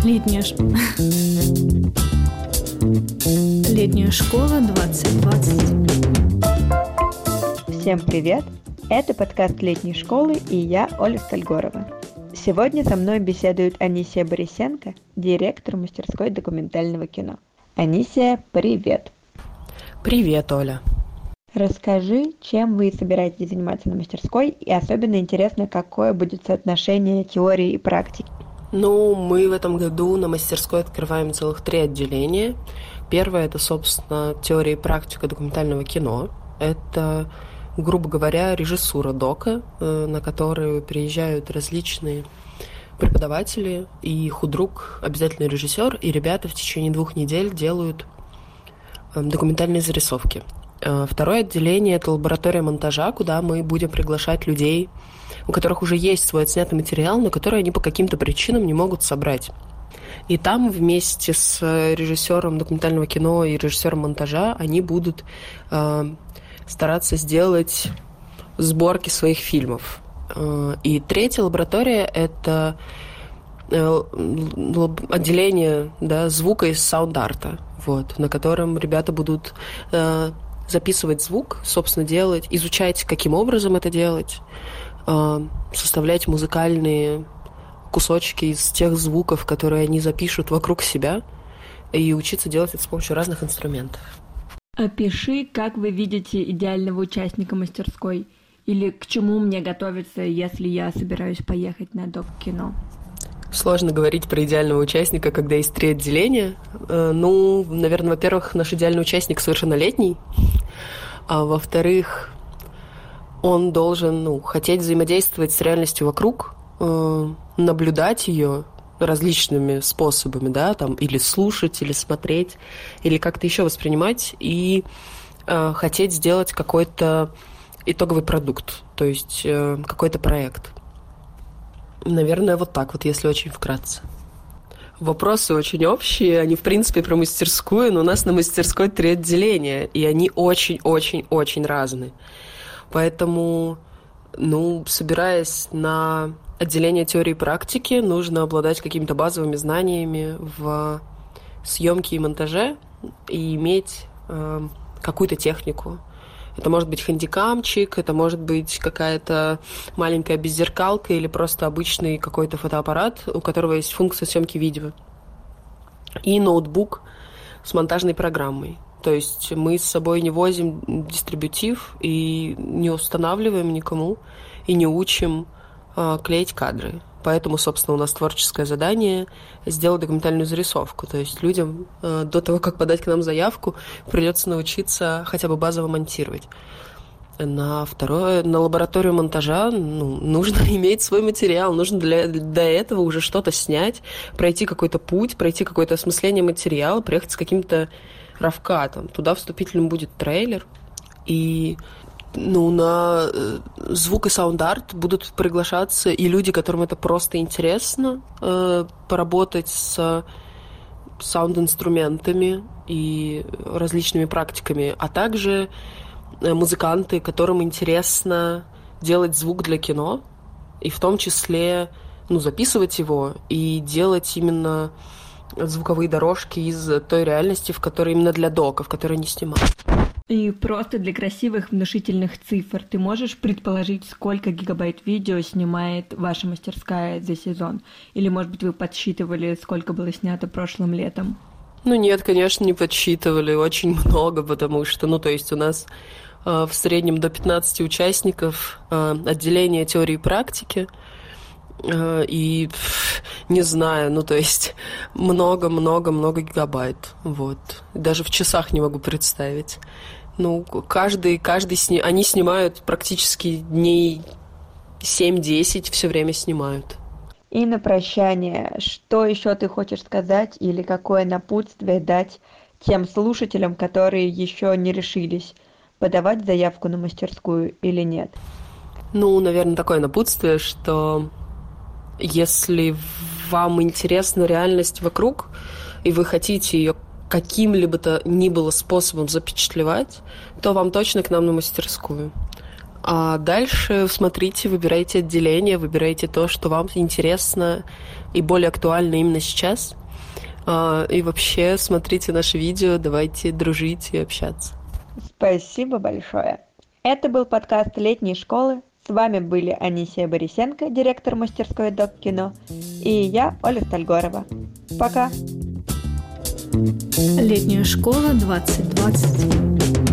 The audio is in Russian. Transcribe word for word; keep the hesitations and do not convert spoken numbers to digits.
Летняя, ш... Летняя школа двадцать двадцать. Всем привет! Это подкаст летней школы и я, Оля Стальгорова. Сегодня со мной беседует Анисия Борисенко, директор мастерской документального кино. Анисия, привет! Привет, Оля! Расскажи, чем вы собираетесь заниматься на мастерской, и особенно интересно, какое будет соотношение теории и практики. Ну, мы в этом году на мастерской открываем целых три отделения. Первое – это, собственно, теория и практика документального кино. Это, грубо говоря, режиссура дока, на которую приезжают различные преподаватели и худрук, обязательно режиссер, и ребята в течение двух недель делают документальные зарисовки. Второе отделение – это лаборатория монтажа, куда мы будем приглашать людей, у которых уже есть свой отснятый материал, но который они по каким-то причинам не могут собрать. И там вместе с режиссером документального кино и режиссером монтажа они будут э, стараться сделать сборки своих фильмов. Э, и третья лаборатория – это э, отделение, да, звука из саунд-арта, вот, на котором ребята будут э, записывать звук, собственно, делать, изучать, каким образом это делать, составлять музыкальные кусочки из тех звуков, которые они запишут вокруг себя, и учиться делать это с помощью разных инструментов. Опиши, как вы видите идеального участника мастерской, или к чему мне готовиться, если я собираюсь поехать на док-кино. Сложно говорить про идеального участника, когда есть три отделения. Ну, наверное, во-первых, наш идеальный участник совершеннолетний, а во-вторых, он должен, ну, хотеть взаимодействовать с реальностью вокруг, э, наблюдать ее различными способами, да, там, или слушать, или смотреть, или как-то еще воспринимать, и э, хотеть сделать какой-то итоговый продукт, то есть э, какой-то проект. Наверное, вот так вот, если очень вкратце. Вопросы очень общие, они, в принципе, про мастерскую, но у нас на мастерской три отделения, и они очень-очень-очень разные. Поэтому, ну, собираясь на отделение теории и практики, нужно обладать какими-то базовыми знаниями в съемке и монтаже и иметь э, какую-то технику. Это может быть хэндикамчик, это может быть какая-то маленькая беззеркалка или просто обычный какой-то фотоаппарат, у которого есть функция съемки видео. И ноутбук с монтажной программой. То есть мы с собой не возим дистрибутив и не устанавливаем никому и не учим э, клеить кадры. Поэтому, собственно, у нас творческое задание сделать документальную зарисовку. То есть людям э, до того, как подать к нам заявку, придется научиться хотя бы базово монтировать. На второе, на лабораторию монтажа, ну, нужно иметь свой материал, нужно для, для этого уже что-то снять, пройти какой-то путь, пройти какое-то осмысление материала, приехать с каким-то равкатом. Туда вступительным будет трейлер. И, ну, на звук и саунд-арт будут приглашаться и люди, которым это просто интересно, э, поработать с саунд-инструментами и различными практиками, а также музыканты, которым интересно делать звук для кино, и в том числе, ну, записывать его и делать именно звуковые дорожки из той реальности, в которой именно для дока, в которой они снимают. И просто для красивых внушительных цифр ты можешь предположить, сколько гигабайт видео снимает ваша мастерская за сезон? Или, может быть, вы подсчитывали, сколько было снято прошлым летом? Ну нет, конечно, не подсчитывали, очень много, потому что, ну, то есть у нас э, в среднем до пятнадцати участников э, отделение теории и практики, э, и пф, не знаю, ну, то есть много-много-много гигабайт, вот. Даже в часах не могу представить. Ну, каждый, каждый сни... они снимают практически дней семь-десять, все время снимают. И на прощание, что еще ты хочешь сказать или какое напутствие дать тем слушателям, которые еще не решились, подавать заявку на мастерскую или нет? Ну, наверное, такое напутствие, что если вам интересна реальность вокруг, и вы хотите ее каким-либо то ни было способом запечатлевать, то вам точно к нам на мастерскую. А дальше смотрите, выбирайте отделение, выбирайте то, что вам интересно и более актуально именно сейчас. И вообще смотрите наши видео, давайте дружить и общаться. Спасибо большое. Это был подкаст «Летней школы». С вами были Анисия Борисенко, директор мастерской Док-кино, и я, Оля Стальгорова. Пока! Летняя школа двадцать двадцать.